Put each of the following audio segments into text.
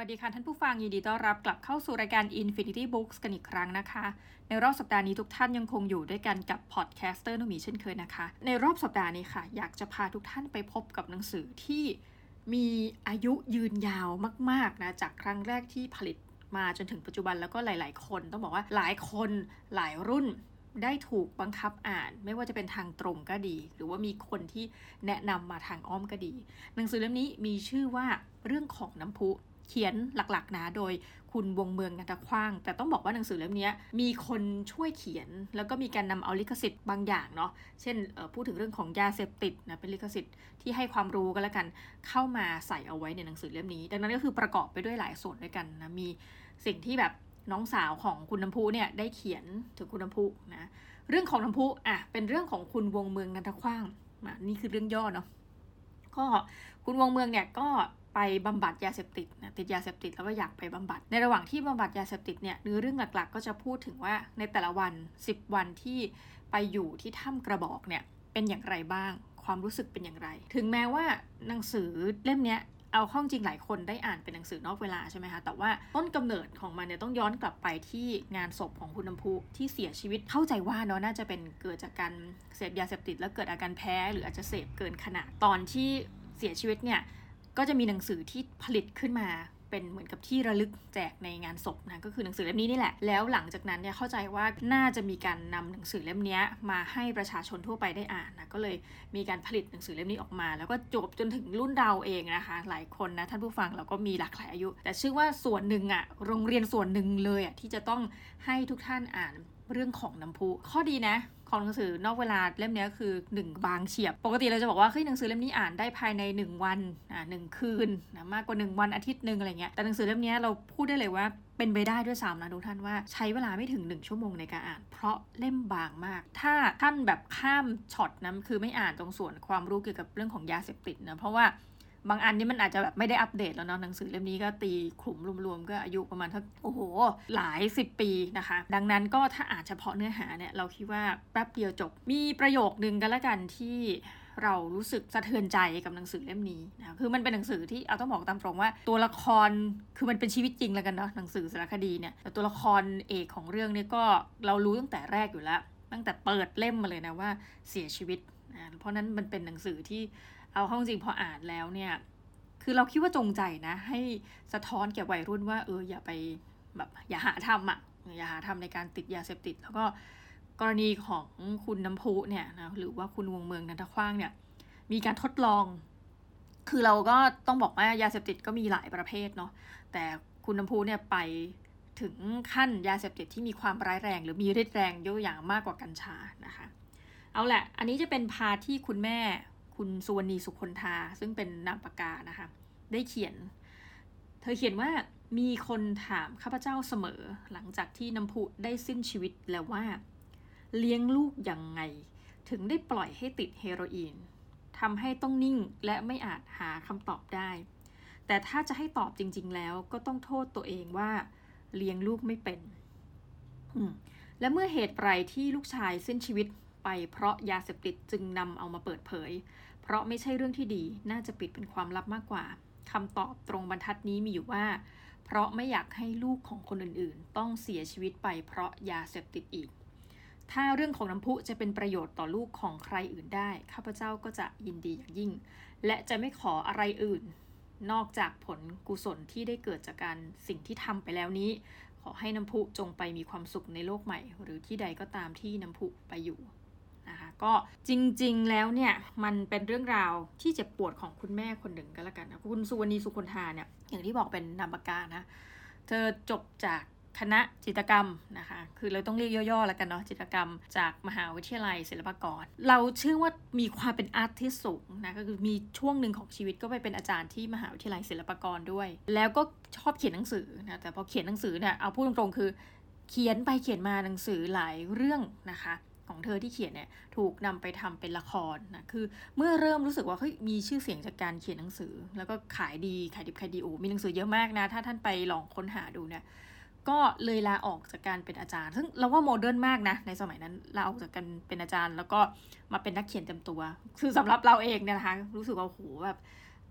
วัสดีค่ะท่านผู้ฟังยินดีต้อนรับกลับเข้าสู่รายการ Infinity Books กันอีกครั้งนะคะในรอบสัปดาห์นี้ทุกท่านยังคงอยู่ด้วยกันกับพอดแคสเตอร์น้องหมีเช่นเคยนะคะในรอบสัปดาห์นี้ค่ะอยากจะพาทุกท่านไปพบกับหนังสือที่มีอายุยืนยาวมากๆนะจากครั้งแรกที่ผลิตมาจนถึงปัจจุบันแล้วก็หลายๆคนต้องบอกว่าหลายคนหลายรุ่นได้ถูกบังคับอ่านไม่ว่าจะเป็นทางตรงก็ดีหรือว่ามีคนที่แนะนำมาทางอ้อมก็ดีหนังสือเล่มนี้มีชื่อว่าเรื่องของน้ำพุเขียนหลักๆนะโดยคุณวงเมืองนันทขว้างแต่ต้องบอกว่าหนังสือเล่มนี้มีคนช่วยเขียนแล้วก็มีการนำเอาลิขสิทธิ์บางอย่างเนาะเช่นพูดถึงเรื่องของยาเสพติดนะเป็นลิขสิทธิ์ที่ให้ความรู้กันแล้วกันเข้ามาใส่เอาไว้ในหนังสือเล่มนี้ดังนั้นก็คือประกอบไปด้วยหลายส่วนด้วยกันนะมีสิ่งที่แบบน้องสาวของคุณน้ำพุเนี่ยได้เขียนถึงคุณน้ำพุนะเรื่องของน้ำพุเป็นเรื่องของคุณวงเมืองนันทขว้างนี่คือเรื่องย่อเนาะก็คุณวงเมืองเนี่ยก็ไปบำบัดยาเสพติดนะติดยาเสพติดแล้วก็อยากไปบำบัดในระหว่างที่บำบัดยาเสพติดเนี่ยเรื่องหลักๆก็จะพูดถึงว่าในแต่ละวัน10วันที่ไปอยู่ที่ถ้ำกระบอกเนี่ยเป็นอย่างไรบ้างความรู้สึกเป็นอย่างไรถึงแม้ว่าหนังสือเล่มนี้เอาข้อจริงหลายคนได้อ่านเป็นหนังสือนอกเวลาใช่ไหมคะแต่ว่าต้นกำเนิดของมันเนี่ยต้องย้อนกลับไปที่งานศพของคุณน้ำพุที่เสียชีวิตเข้าใจว่าเนาะน่าจะเป็นเกิดจากการเสพยาเสพติดแล้วเกิดอาการแพ้หรืออาจจะเสพเกินขนาดตอนที่เสียชีวิตเนี่ยก็จะมีหนังสือที่ผลิตขึ้นมาเป็นเหมือนกับที่ระลึกแจกในงานศพนะก็คือหนังสือเล่มนี้นี่แหละแล้วหลังจากนั้นเนี่ยเข้าใจว่าน่าจะมีการนำหนังสือเล่มนี้มาให้ประชาชนทั่วไปได้อ่านนะก็เลยมีการผลิตหนังสือเล่มนี้ออกมาแล้วก็จบจนถึงรุ่นเราเองนะคะหลายคนนะท่านผู้ฟังเราก็มีหลากหลายอายุแต่ชื่อว่าส่วนหนึ่งโรงเรียนส่วนหนึ่งเลยที่จะต้องให้ทุกท่านอ่านเรื่องของน้ำพุข้อดีนะของหนังสือนอกเวลาเล่มนี้คือ1บางเฉียบปกติเราจะบอกว่าหนังสือเล่มนี้อ่านได้ภายใน1วัน1คืนนะมากกว่า1วันอาทิตย์นึงอะไรเงี้ยแต่หนังสือเล่มนี้เราพูดได้เลยว่าเป็นไปได้ด้วยซ้ำนะทุกท่านว่าใช้เวลาไม่ถึง1ชั่วโมงในการอ่านเพราะเล่มบางมากถ้าท่านแบบข้ามช็อตนะคือไม่อ่านตรงส่วนความรู้เกี่ยวกับเรื่องของยาเสพติดนะเพราะว่าบางอันนี่มันอาจจะแบบไม่ได้อัปเดตแล้วเนาะหนังสือเล่มนี้ก็ตีขลุ่มรวมๆก็อายุประมาณทักหลาย10ปีนะคะดังนั้นก็ถ้าอ่านเฉพาะเนื้อหาเนี่ยเราคิดว่าแป๊บเดียวจบมีประโยคนึงกันละกันที่เรารู้สึกสะเทือนใจกับหนังสือเล่มนี้นะคือมันเป็นหนังสือที่เอาต้องบอกตามตรงว่าตัวละครคือมันเป็นชีวิตจริงแล้วกันเนาะหนังสือสารคดีเนี่ยแต่ตัวละครเอกของเรื่องนี้ก็เรารู้ตั้งแต่แรกอยู่แล้วตั้งแต่เปิดเล่มมาเลยนะว่าเสียชีวิตเพราะนั้นมันเป็นหนังสือที่เอาเข้าจริงพออ่านแล้วเนี่ยคือเราคิดว่าจงใจนะให้สะท้อนแก่วัยรุ่นว่าอย่าไปแบบอย่าหาทำในการติดยาเสพติดแล้วก็กรณีของคุณน้ำพุเนี่ยนะหรือว่าคุณวงเมืองนันทขว้างเนี่ยมีการทดลองคือเราก็ต้องบอกว่ายาเสพติดก็มีหลายประเภทเนาะแต่คุณน้ำพุเนี่ยไปถึงขั้นยาเสพติดที่มีความร้ายแรงหรือมีฤทธิ์แรงเยอะอย่างมากกว่ากัญชานะคะเอาแหละอันนี้จะเป็นพาร์ทที่คุณแม่คุณสุวรรณีสุคนธาซึ่งเป็นนามปากกานะคะได้เขียนเธอเขียนว่ามีคนถามข้าพเจ้าเสมอหลังจากที่น้ำพุได้สิ้นชีวิตแล้วว่าเลี้ยงลูกยังไงถึงได้ปล่อยให้ติดเฮโรอีนทำให้ต้องนิ่งและไม่อาจหาคำตอบได้แต่ถ้าจะให้ตอบจริงๆแล้วก็ต้องโทษตัวเองว่าเลี้ยงลูกไม่เป็นและเมื่อเหตุไรที่ลูกชายสิ้นชีวิตไปเพราะยาเสพติดจึงนำเอามาเปิดเผยเพราะไม่ใช่เรื่องที่ดีน่าจะปิดเป็นความลับมากกว่าคำตอบตรงบรรทัดนี้มีอยู่ว่าเพราะไม่อยากให้ลูกของคนอื่นๆต้องเสียชีวิตไปเพราะยาเสพติดอีกถ้าเรื่องของน้ำพุจะเป็นประโยชน์ต่อลูกของใครอื่นได้ข้าพเจ้าก็จะยินดีอย่างยิ่งและจะไม่ขออะไรอื่นนอกจากผลกุศลที่ได้เกิดจากการสิ่งที่ทำไปแล้วนี้ขอให้น้ำพุจงไปมีความสุขในโลกใหม่หรือที่ใดก็ตามที่น้ำพุไปอยู่นะคะก็จริงๆแล้วเนี่ยมันเป็นเรื่องราวที่เจ็บปวดของคุณแม่คนหนึ่งก็แล้วกันนะคุณสุวรรณีสุคนธาเนี่ยอย่างที่บอกเป็นนามปากกานะเธอจบจากคณะจิตรกรรมนะคะคือเราต้องเรียกย่อๆแล้วกันเนาะจิตรกรรมจากมหาวิทยาลัยศิลปากรเราเชื่อว่ามีความเป็นอาร์ติสต์สูงนะก็คือมีช่วงหนึ่งของชีวิตก็ไปเป็นอาจารย์ที่มหาวิทยาลัยศิลปากรด้วยแล้วก็ชอบเขียนหนังสือนะแต่พอเขียนหนังสือเนี่ยเอาพูดตรงๆคือเขียนไปเขียนมาหนังสือหลายเรื่องนะคะของเธอที่เขียนเนี่ยถูกนำไปทำเป็นละครนะคือเมื่อเริ่มรู้สึกว่ามีชื่อเสียงจากการเขียนหนังสือแล้วก็ขายดิบขายดีมีหนังสือเยอะมากนะถ้าท่านไปลองค้นหาดูเนี่ยก็เลยลาออกจากการเป็นอาจารย์ซึ่งเราว่าโมเดิร์นมากนะในสมัยนั้นลาออกจากการเป็นอาจารย์แล้วก็มาเป็นนักเขียนเต็มตัวคือสำหรับเราเองเนี่ยนะคะรู้สึกว่าโหแบบ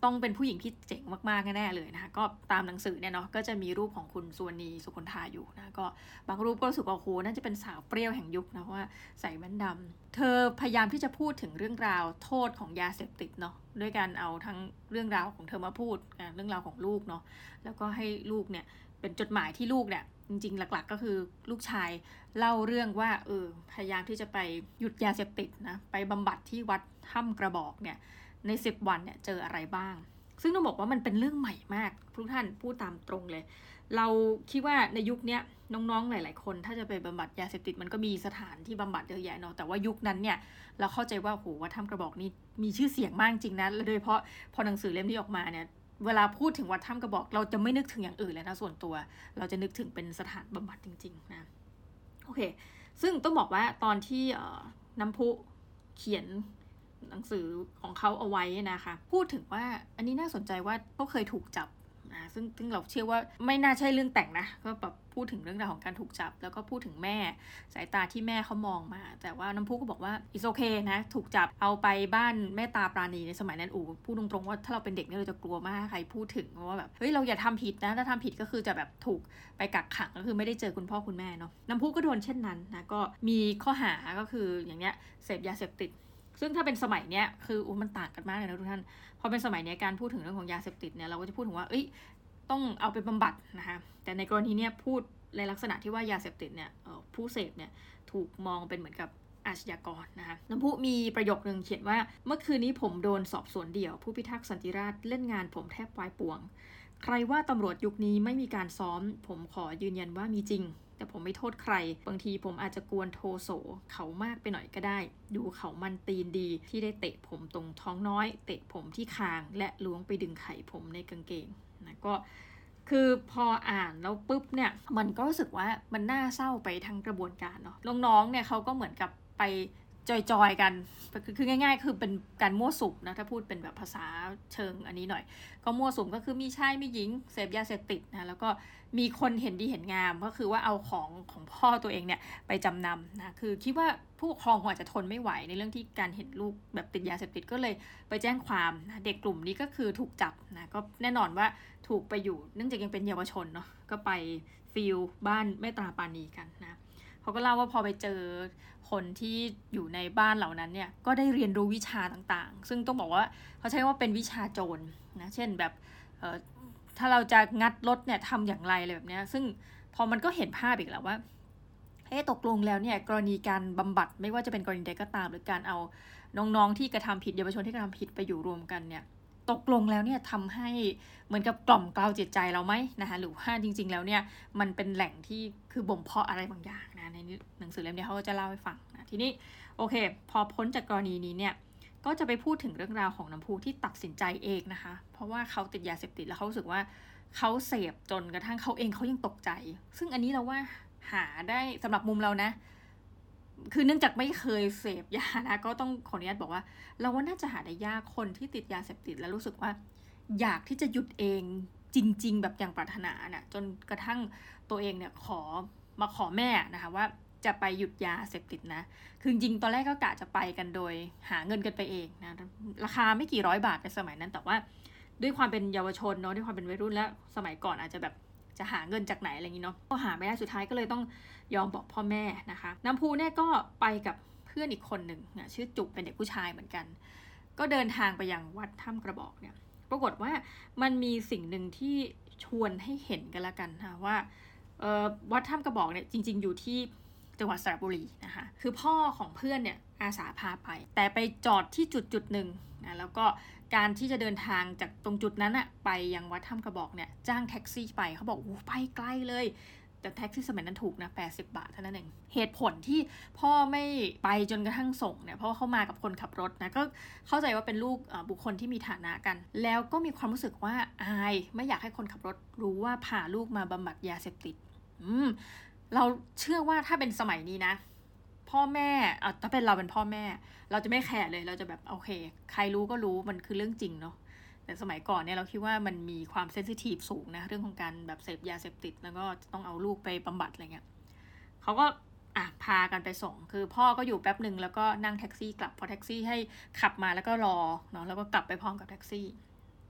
ต้องเป็นผู้หญิงที่เจ๋งมากๆแน่ๆเลยนะคะก็ตามหนังสือเนี่ยเนาะก็จะมีรูปของคุณสุวรรณีสุคนธาอยู่นะก็บางรูปก็รู้สึกว่าโอ้โหน่าจะเป็นสาวเปรี้ยวแห่งยุคนะเพราะว่าใส่แว่นดำเธอพยายามที่จะพูดถึงเรื่องราวโทษของยาเสพติดเนาะด้วยการเอาทั้งเรื่องราวของเธอมาพูดเรื่องราวของลูกเนาะแล้วก็ให้ลูกเนี่ยเป็นจดหมายที่ลูกเนี่ยจริงๆหลักๆก็คือลูกชายเล่าเรื่องว่าพยายามที่จะไปหยุดยาเสพติดนะไปบำบัดที่วัดถ้ำกระบอกเนี่ยใน10 วันเนี่ยเจออะไรบ้างซึ่งต้องบอกว่ามันเป็นเรื่องใหม่มากทุกท่านพูดตามตรงเลยเราคิดว่าในยุคนี้น้องๆหลายๆคนถ้าจะไปบำบัดยาเสพติดมันก็มีสถานที่บำบัดเยอะแยะเนาะแต่ว่ายุคนั้นเนี่ยเราเข้าใจว่าโหวัดถ้ำกระบอกนี่มีชื่อเสียงมากจริงนะโดยเฉพาะพอหนังสือเล่มที่ออกมาเนี่ยเวลาพูดถึงวัดถ้ำกระบอกเราจะไม่นึกถึงอย่างอื่นเลยนะส่วนตัวเราจะนึกถึงเป็นสถานบำบัดจริงๆนะโอเคซึ่งต้องบอกว่าตอนที่น้ำพุเขียนหนังสือของเขาเอาไว้นะคะพูดถึงว่าอันนี้น่าสนใจว่าเขาเคยถูกจับนะซึ่งเราเชื่อว่าไม่น่าใช่เรื่องแต่งนะก็แบบพูดถึงเรื่องราวของการถูกจับแล้วก็พูดถึงแม่สายตาที่แม่เขามองมาแต่ว่าน้ำพุก็บอกว่า it's okay นะถูกจับเอาไปบ้านแม่ตาปราณีในสมัยนั้นพูดตรงๆว่าถ้าเราเป็นเด็กเนี่ยเราจะกลัวมากใครพูดถึงว่าแบบเฮ้ยเราอย่าทำผิดนะถ้าทำผิดก็คือจะแบบถูกไปกักขังก็คือไม่ได้เจอคุณพ่อคุณแม่เนาะน้ำพุก็โดนเช่นนั้นนะก็มีข้อหาก็คืออย่างเนี้ยเสพยาเสพติดซึ่งถ้าเป็นสมัยเนี้ยคือมันต่างกันมากเลยนะทุกท่านพอเป็นสมัยเนี้ยการพูดถึงเรื่องของยาเสพติดเนี่ยเราก็จะพูดถึงว่าต้องเอาไปบำบัดนะคะแต่ในกรณีเนี้ยพูดในลักษณะที่ว่ายาเสพติดเนี่ยผู้เสพเนี่ยถูกมองเป็นเหมือนกับอาชญากรนะคะน้ำพุมีประโยคนึงเขียนว่าเมื่อคืนนี้ผมโดนสอบสวนเดี่ยวผู้พิทักษ์สันติราษฎร์เล่นงานผมแทบวายป่วงใครว่าตำรวจยุคนี้ไม่มีการซ้อมผมขอยืนยันว่ามีจริงแต่ผมไม่โทษใครบางทีผมอาจจะกวนโทโสเขามากไปหน่อยก็ได้ดูเขามันตีนดีที่ได้เตะผมตรงท้องน้อยเตะผมที่คางและล้วงไปดึงไข่ผมในกางเกงนะก็คือพออ่านแล้วปุ๊บเนี่ยมันก็รู้สึกว่ามันน่าเศร้าไปทั้งกระบวนการเนาะน้องๆเนี่ยเขาก็เหมือนกับไปจอยๆกันคือง่ายๆคือเป็นการมั่วสุมนะถ้าพูดเป็นแบบภาษาเชิงอันนี้หน่อยก็มั่วสุมก็คือมีชายมีหญิงเสพยาเสพติดนะแล้วก็มีคนเห็นดีเห็นงามก็คือว่าเอาของพ่อตัวเองเนี่ยไปจำนำนะคือคิดว่าผู้ปกครองคงอาจจะทนไม่ไหวในเรื่องที่การเห็นลูกแบบติดยาเสพติดก็เลยไปแจ้งความนะเด็กกลุ่มนี้ก็คือถูกจับนะก็แน่นอนว่าถูกไปอยู่เนื่องจากยังเป็นเยาวชนเนาะก็ไปฟิลบ้านแม่ตราปาณีกันนะเขาก็เล่าว่าพอไปเจอคนที่อยู่ในบ้านเหล่านั้นเนี่ยก็ได้เรียนรู้วิชาต่างๆซึ่งต้องบอกว่าเขาใช้ว่าเป็นวิชาโจรนะเช่นแบบถ้าเราจะงัดรถเนี่ยทำอย่างไรอะไรแบบนี้ซึ่งพอมันก็เห็นภาพอีกแล้วว่าตกลงแล้วเนี่ยกรณีการบำบัดไม่ว่าจะเป็นกรณีใดก็ตามหรือการเอาน้องๆที่กระทำผิดเยาวชนที่กระทำผิดไปอยู่รวมกันเนี่ยตกลงแล้วเนี่ยทำให้เหมือนกับกล่อมเกลาจิตใจเราไหมนะคะหรือว่าจริงๆแล้วเนี่ยมันเป็นแหล่งที่คือบ่มเพาะอะไรบางอย่างนะในหนังสือเล่มนี้เขาก็จะเล่าให้ฟังนะทีนี้โอเคพอพ้นจากกรณีนี้เนี่ยก็จะไปพูดถึงเรื่องราวของน้ำพุที่ตัดสินใจเองนะคะเพราะว่าเขาติดยาเสพติดแล้วเขารู้สึกว่าเขาเสพจนกระทั่งเขาเองเขายังตกใจซึ่งอันนี้เราว่าหาได้สำหรับมุมเรานะคือเนื่องจากไม่เคยเสพยานะก็ต้องขออนุญาตบอกว่าเราว่าน่าจะหาได้ยากคนที่ติดยาเสพติดแล้วรู้สึกว่าอยากที่จะหยุดเองจริงๆแบบอย่างปรารถนาน่ะจนกระทั่งตัวเองเนี่ยขอแม่นะคะว่าจะไปหยุดยาเสพติดนะคือจริงตอนแรกก็กะจะไปกันโดยหาเงินกันไปเองนะราคาไม่กี่ร้อยบาทในสมัยนั้นแต่ว่าด้วยความเป็นเยาวชนเนาะด้วยความเป็นวัยรุ่นแล้วสมัยก่อนอาจจะแบบจะหาเงินจากไหนอะไรอย่างนี้เนาะก็หาไม่ได้สุดท้ายก็เลยต้องยอมบอกพ่อแม่นะคะน้ำพุเนี่ยก็ไปกับเพื่อนอีกคนหนึ่งนะชื่อจุกเป็นเด็กผู้ชายเหมือนกันก็เดินทางไปยังวัดถ้ำกระบอกเนี่ยปรากฏว่ามันมีสิ่งหนึ่งที่ชวนให้เห็นกันละกันค่ะว่าวัดถ้ำกระบอกเนี่ยจริงๆอยู่ที่จังหวัดสระบุรีนะคะคือพ่อของเพื่อนเนี่ยอาสาพาไปแต่ไปจอดที่จุดหนึ่งนะแล้วก็การที่จะเดินทางจากตรงจุดนั้นอะไปยังวัดถ้ำกระบอกเนี่ยจ้างแท็กซี่ไปเขาบอกโอ้ไปไกลเลยแต่แท็กซี่สมัยนั้นถูกนะ80 บาทเท่านั้นเองเหตุผลที่พ่อไม่ไปจนกระทั่งส่งเนี่ยเพราะว่าเขามากับคนขับรถนะก็เข้าใจว่าเป็นลูกบุคคลที่มีฐานะกันแล้วก็มีความรู้สึกว่าอายไม่อยากให้คนขับรถรู้ว่าพาลูกมาบำบัดยาเสพติดเราเชื่อว่าถ้าเป็นสมัยนี้นะพ่อแม่ถ้าเป็นเราเป็นพ่อแม่เราจะไม่แคร์เลยเราจะแบบโอเคใครรู้ก็รู้มันคือเรื่องจริงเนาะแต่สมัยก่อนเนี่ยเราคิดว่ามันมีความเซนซิทีฟสูงนะเรื่องของการแบบเสพยาเสพติดแล้วก็ต้องเอาลูกไปบำบัดอะไรเงี้ยเขาก็พากันไปส่งคือพ่อก็อยู่แป๊บหนึ่งแล้วก็นั่งแท็กซี่กลับพอแท็กซี่ให้ขับมาแล้วก็รอเนาะแล้วก็กลับไปพร้อมกับแท็กซี่ท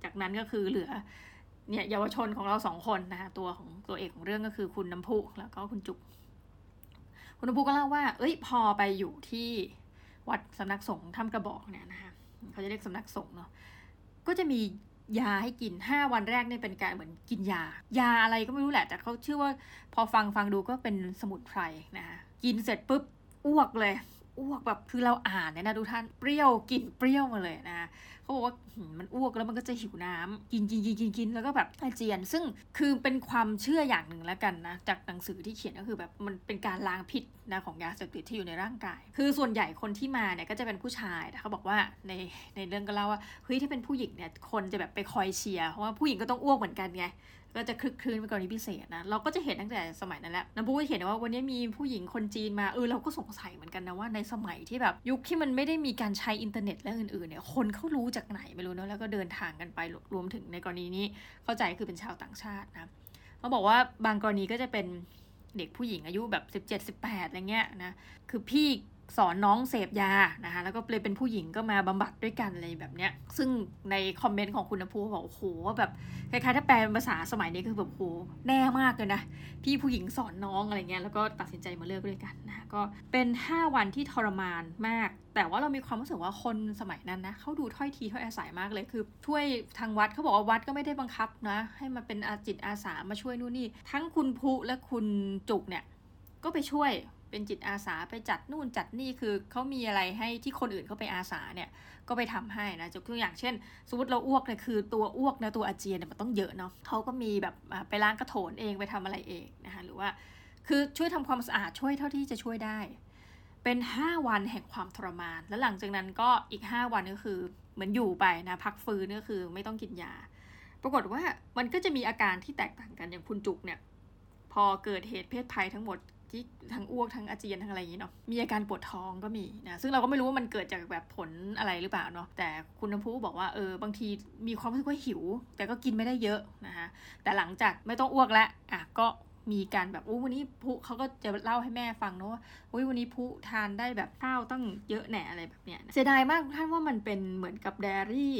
จากนั้นก็คือเหลือเนี่ยเยาวชนของเรา2คนนะคะตัวเอกของเรื่องก็คือคุณน้ำพุแล้วก็คุณจุกคุณน้ำพุก็เล่าว่าพอไปอยู่ที่วัดสำนักสงฆ์ถ้ำกระบอกเนี่ยนะคะเขาจะเรียกสำนักสงฆ์เนาะก็จะมียาให้กิน5วันแรกเนี่ยเป็นการเหมือนกินยาอะไรก็ไม่รู้แหละแต่เขาชื่อว่าพอฟังดูก็เป็นสมุนไพรนะคะกินเสร็จปุ๊บอ้วกเลยอ้วกแบบคือเราอ่านเนี่ยนะดูท่านเปรี้ยวกลิ่นเปรี้ยวมาเลยนะเขาบอกว่ามันอ้วกแล้วมันก็จะหิวน้ำกินแล้วก็แบบอาเจียนซึ่งคือเป็นความเชื่ออย่างหนึ่งแล้วกันนะจากหนังสือที่เขียนก็คือแบบมันเป็นการล้างพิษนะของยาเสพติดที่อยู่ในร่างกายคือส่วนใหญ่คนที่มาเนี่ยก็จะเป็นผู้ชายแต่เขาบอกว่าในเรื่องก็เล่าว่าเฮ้ยถ้าเป็นผู้หญิงเนี่ยคนจะแบบไปคอยเชียร์เพราะว่าผู้หญิงก็ต้องอ้วกเหมือนกันไงก็จะคลึกคลื้นเป็นกรณีพิเศษนะเราก็จะเห็นตั้งแต่สมัยนั้นแหละน้ำพุก็เห็นว่าวันนี้มีผู้หญิงคนจีนมาเราก็สงสัยเหมือนกันนะว่าในสมัยที่แบบยุคที่มันไม่ได้มีการใช้อินเทอร์เน็ตและอื่นๆเนี่ยคนเขารู้จากไหนไม่รู้เนาะแล้วก็เดินทางกันไปรวมถึงในกรณีนี้เข้าใจคือเป็นชาวต่างชาตินะเขาบอกว่าบางกรณีก็จะเป็นเด็กผู้หญิงอายุแบบ17-18อะไรเงี้ยนะคือพี่สอนน้องเสพยานะคะแล้วก็เลยเป็นผู้หญิงก็มาบำบัดด้วยกันอะไรแบบเนี้ยซึ่งในคอมเมนต์ของคุณน้ำพุบอกโอ้โหแบบคล้ายๆถ้าแปลเป็นภาษาสมัยนี้คือแบบโหแน่มากเลยนะพี่ผู้หญิงสอนน้องอะไรเงี้ยแล้วก็ตัดสินใจมาเลิกด้วยกันนะก็เป็น5วันที่ทรมานมากแต่ว่าเรามีความรู้สึกว่าคนสมัยนั้นนะเขาดูถ้อยทีถ้อยอาศัยมากเลยคือช่วยทางวัดเขาบอกว่าวัดก็ไม่ได้บังคับนะให้มาเป็นจิตอาสามาช่วยนู่นนี่ทั้งคุณพุและคุณจุกเนี่ยก็ไปช่วยเป็นจิตอาสาไปจัดนู่นจัดนี่คือเขามีอะไรให้ที่คนอื่นเขาไปอาสาเนี่ยก็ไปทำให้นะยกตัวอย่างเช่นสมมติเราอ้วกเนี่ยคือตัวอ้วกนะตัวอาเจียนเนี่ยมันต้องเยอะเนาะเขาก็มีแบบไปล้างกระโถนเองไปทำอะไรเองนะคะหรือว่าคือช่วยทำความสะอาดช่วยเท่าที่จะช่วยได้เป็น5วันแห่งความทรมานแล้วหลังจากนั้นก็อีก5วันก็คือเหมือนอยู่ไปนะพักฟื้นก็คือไม่ต้องกินยาปรากฏว่ามันก็จะมีอาการที่แตกต่างกันอย่างคุณจุกเนี่ยพอเกิดเหตุเพศภัยทั้งหมดที่ทั้งอ้วกทั้งอาเจียนทั้งอะไรอย่างนี้เนาะมีอาการปวดท้องก็มีนะซึ่งเราก็ไม่รู้ว่ามันเกิดจากแบบผลอะไรหรือเปล่าเนาะแต่คุณน้ำพุบอกว่าบางทีมีความรู้สึกว่าหิวแต่ก็กินไม่ได้เยอะนะคะแต่หลังจากไม่ต้องอ้วกแล้วก็มีการแบบวันนี้พุเขาก็จะเล่าให้แม่ฟังเนาะว่าวันนี้พุทานได้แบบข้าวตั้งเยอะแหน่อะไรแบบเนี้ยเสียดายมากท่านว่ามันเป็นเหมือนกับไดอารี่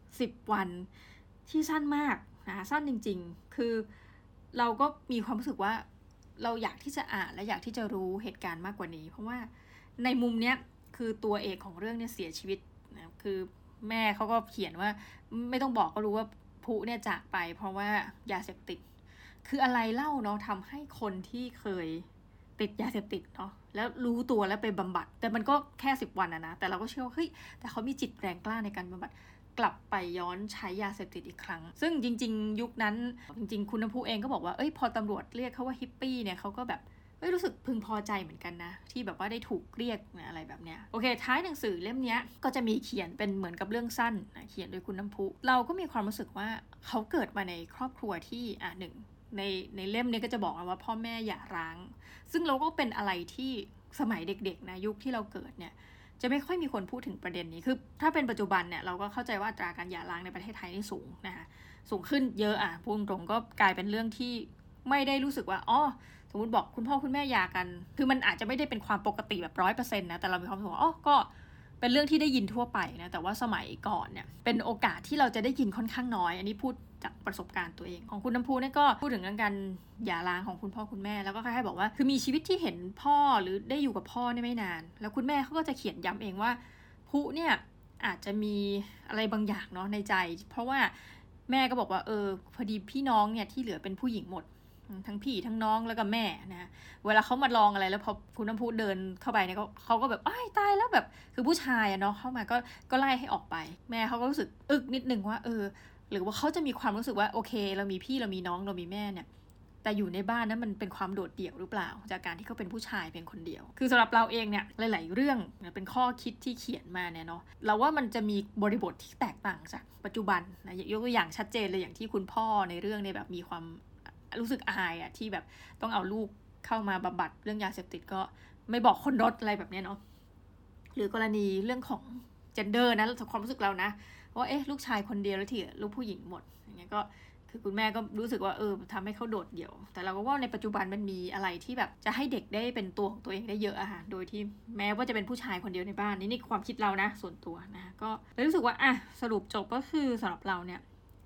10 วันที่สั้นมากนะสั้นจริงๆคือเราก็มีความรู้สึกว่าเราอยากที่จะอ่านและอยากที่จะรู้เหตุการณ์มากกว่านี้เพราะว่าในมุมเนี้ยคือตัวเอกของเรื่องเนี่ยเสียชีวิตนะคือแม่เขาก็เขียนว่าไม่ต้องบอกก็รู้ว่าพุเนี่ยจากไปเพราะว่ายาเสพติดคืออะไรเล่าเนาะทำให้คนที่เคยติดยาเสพติดเนาะแล้วรู้ตัวแล้วไปบำบัดแต่มันก็แค่10 วันนะแต่เราก็เชื่อว่าเฮ้ยแต่เขามีจิตแรงกล้าในการบำบัดกลับไปย้อนใช้ยาเสพติดอีกครั้งซึ่งจริงๆยุคนั้นจริงๆคุณน้ำพุเองก็บอกว่าพอตำรวจเรียกเขาว่าฮิปปี้เนี่ยเขาก็แบบรู้สึกพึงพอใจเหมือนกันนะที่แบบว่าได้ถูกเรียกอะไรแบบเนี้ยโอเคท้ายหนังสือเล่มนี้ก็จะมีเขียนเป็นเหมือนกับเรื่องสั้นนะเขียนโดยคุณน้ำพุเราก็มีความรู้สึกว่าเขาเกิดมาในครอบครัวที่หนึ่งในเล่มนี้ก็จะบอกว่าพ่อแม่หย่าร้างซึ่งเราก็เป็นอะไรที่สมัยเด็กๆนะยุคที่เราเกิดเนี่ยจะไม่ค่อยมีคนพูดถึงประเด็นนี้คือถ้าเป็นปัจจุบันเนี่ยเราก็เข้าใจว่าอัตราการหย่าร้างในประเทศไทยนี่สูงนะคะสูงขึ้นเยอะพูดตรงๆก็กลายเป็นเรื่องที่ไม่ได้รู้สึกว่าสมมติบอกคุณพ่อคุณแม่หย่ากันคือมันอาจจะไม่ได้เป็นความปกติแบบ 100% นะแต่เรามีความรู้สึกว่าก็เป็นเรื่องที่ได้ยินทั่วไปนะแต่ว่าสมัยก่อนเนี่ยเป็นโอกาสที่เราจะได้ยินค่อนข้างน้อยอันนี้พูดจากประสบการณ์ตัวเองของคุณน้ำพุเนี่ยก็พูดถึงเรื่องการหย่าร้างของคุณพ่อคุณแม่แล้วก็คล้ายๆบอกว่าคือมีชีวิตที่เห็นพ่อหรือได้อยู่กับพ่อเนี่ยไม่นานแล้วคุณแม่เขาก็จะเขียนย้ำเองว่าพุเนี่ยอาจจะมีอะไรบางอย่างเนาะในใจเพราะว่าแม่ก็บอกว่าพอดีพี่น้องเนี่ยที่เหลือเป็นผู้หญิงหมดทั้งพี่ทั้งน้องแล้วก็แม่นะเวลาเขามาลองอะไรแล้วพอคุณน้ำพุเดินเข้าไปเนี่ยเขาก็แบบตายแล้วแบบคือผู้ชายเนาะเข้ามาก็ไล่ให้ออกไปแม่เขาก็รู้สึกอึกนิดนึงว่าหรือว่าเขาจะมีความรู้สึกว่าโอเคเรามีพี่เรามีน้องเรามีแม่เนี่ยแต่อยู่ในบ้านนั้นมันเป็นความโดดเดี่ยวหรือเปล่าจากการที่เขาเป็นผู้ชายเพียงคนเดียวคือสำหรับเราเองเนี่ยหลายๆเรื่องเป็นข้อคิดที่เขียนมาเนี่ยเนาะเราว่ามันจะมีบริบทที่แตกต่างจากปัจจุบันนะยกตัวอย่างชัดเจนเลยอย่างที่คุณพ่อในเรื่องเนี่ยแบบมีความรู้สึกอายที่แบบต้องเอาลูกเข้ามาบำบัดเรื่องยาเสพติดก็ไม่บอกคนรถอะไรแบบนี้เนาะหรือกรณีเรื่องของgenderนะความรู้สึกเรานะว่าลูกชายคนเดียวแล้วที่ลูกผู้หญิงหมดอย่างเงี้ยก็คือคุณแม่ก็รู้สึกว่าทำให้เขาโดดเดี่ยวแต่เราก็ว่าในปัจจุบันมันมีอะไรที่แบบจะให้เด็กได้เป็นตัวของตัวเองได้เยอะโดยที่แม้ว่าจะเป็นผู้ชายคนเดียวในบ้านนี่ความคิดเรานะส่วนตัวนะก็เลยรู้สึกว่าสรุปจบก็คือสำหรับเราเนี่ย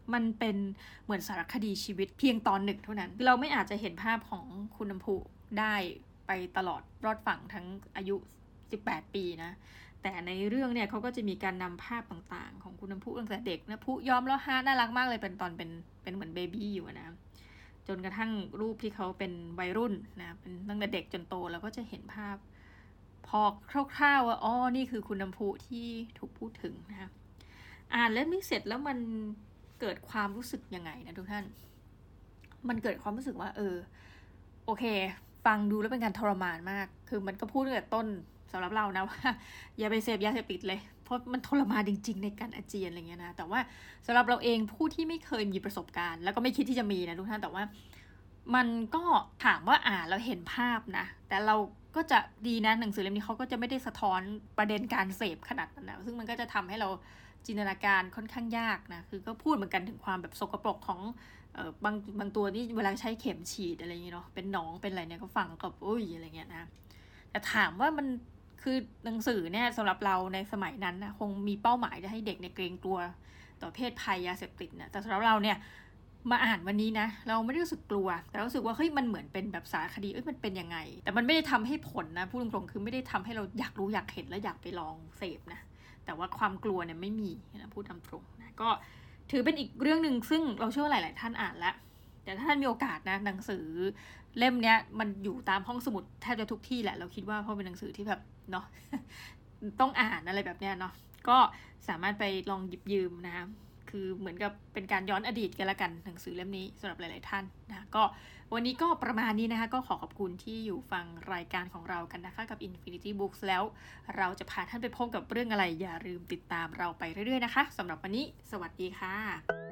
มันเป็นเหมือนสารคดีชีวิตเพียงตอนหนึ่งเท่านั้นเราไม่อาจจะเห็นภาพของคุณน้ำพุได้ไปตลอดรอดฝั่งทั้งอายุ18 ปีนะแต่ในเรื่องเนี่ยเขาก็จะมีการนำภาพต่างๆของคุณน้ำพุตั้งแต่เด็กนะพุยอมแล้วฮะน่ารักมากเลยเป็นตอนเป็นเหมือนเบบี้อยู่นะจนกระทั่งรูปที่เขาเป็นวัยรุ่นนะเป็นตั้งแต่เด็กจนโตแล้วก็จะเห็นภาพพอคร่าวๆว่าอ๋อนี่คือคุณน้ำพุที่ถูกพูดถึงนะคะอ่านเล่มนี้เสร็จแล้วมันเกิดความรู้สึกยังไงนะทุกท่านมันเกิดความรู้สึกว่าโอเคฟังดูแล้วเป็นการทรมานมากคือมันก็พูดตั้งแต่ต้นสำหรับเรานะว่าอย่าไปเสพยาเสพติดเลยเพราะมันทรมานจริงๆในการอาเจียนอะไรเงี้ยนะแต่ว่าสำหรับเราเองผู้ที่ไม่เคยมีประสบการณ์แล้วก็ไม่คิดที่จะมีนะทุกท่านแต่ว่ามันก็ถามว่าอ่านแล้วเห็นภาพนะแต่เราก็จะดีนะหนังสือเล่มนี้เขาก็จะไม่ได้สะท้อนประเด็นการเสพขนาดนั้นนะซึ่งมันก็จะทำให้เราจินตนาการค่อนข้างยากนะคือก็พูดเหมือนกันถึงความแบบสกปรกของบางตัวนี่เวลาใช้เข็มฉีดอะไรอย่างเงี้ยเนาะเป็นหนองเป็นอะไรเนี่ยก็ฟังกับอุ้ยอะไรเงี้ยนะแต่ถามว่ามันคือหนังสือเนี่ยสำหรับเราในสมัยนั้นนะคงมีเป้าหมายจะให้เด็กเนี่ยเกรงกลัวต่อเพศภัยยาเสพติดนะแต่สำหรับเราเนี่ยมาอ่านวันนี้นะเราไม่ได้รู้สึกกลัวแต่รู้สึกว่าเฮ้ยมันเหมือนเป็นแบบสารคดีมันเป็นยังไงแต่มันไม่ได้ทำให้ผลนะพูดตรงๆคือไม่ได้ทำให้เราอยากรู้อยากเห็นและอยากไปลองเสพนะแต่ว่าความกลัวเนี่ยไม่มีนะพูดตามตรงนะก็ถือเป็นอีกเรื่องนึงซึ่งเราเชื่อว่าหลายๆท่านอ่านแล้วแต่ถ้าท่านมีโอกาสนะหนังสือเล่มเนี้ยมันอยู่ตามห้องสมุดแทบจะทุกที่แหละเราคิดว่าเพราะเป็นหนังสือที่แบบเนาะ ต้องอ่านอะไรแบบเนี้ยเนาะก็สามารถไปลองหยิบยืมนะคะคือเหมือนกับเป็นการย้อนอดีตกันละกันหนังสือเล่มนี้สำหรับหลายๆท่านนะก็วันนี้ก็ประมาณนี้นะคะก็ขอบคุณที่อยู่ฟังรายการของเรากันนะคะกับ Infinity Books แล้วเราจะพาท่านไปพบกับเรื่องอะไรอย่าลืมติดตามเราไปเรื่อยๆนะคะสำหรับวันนี้สวัสดีค่ะ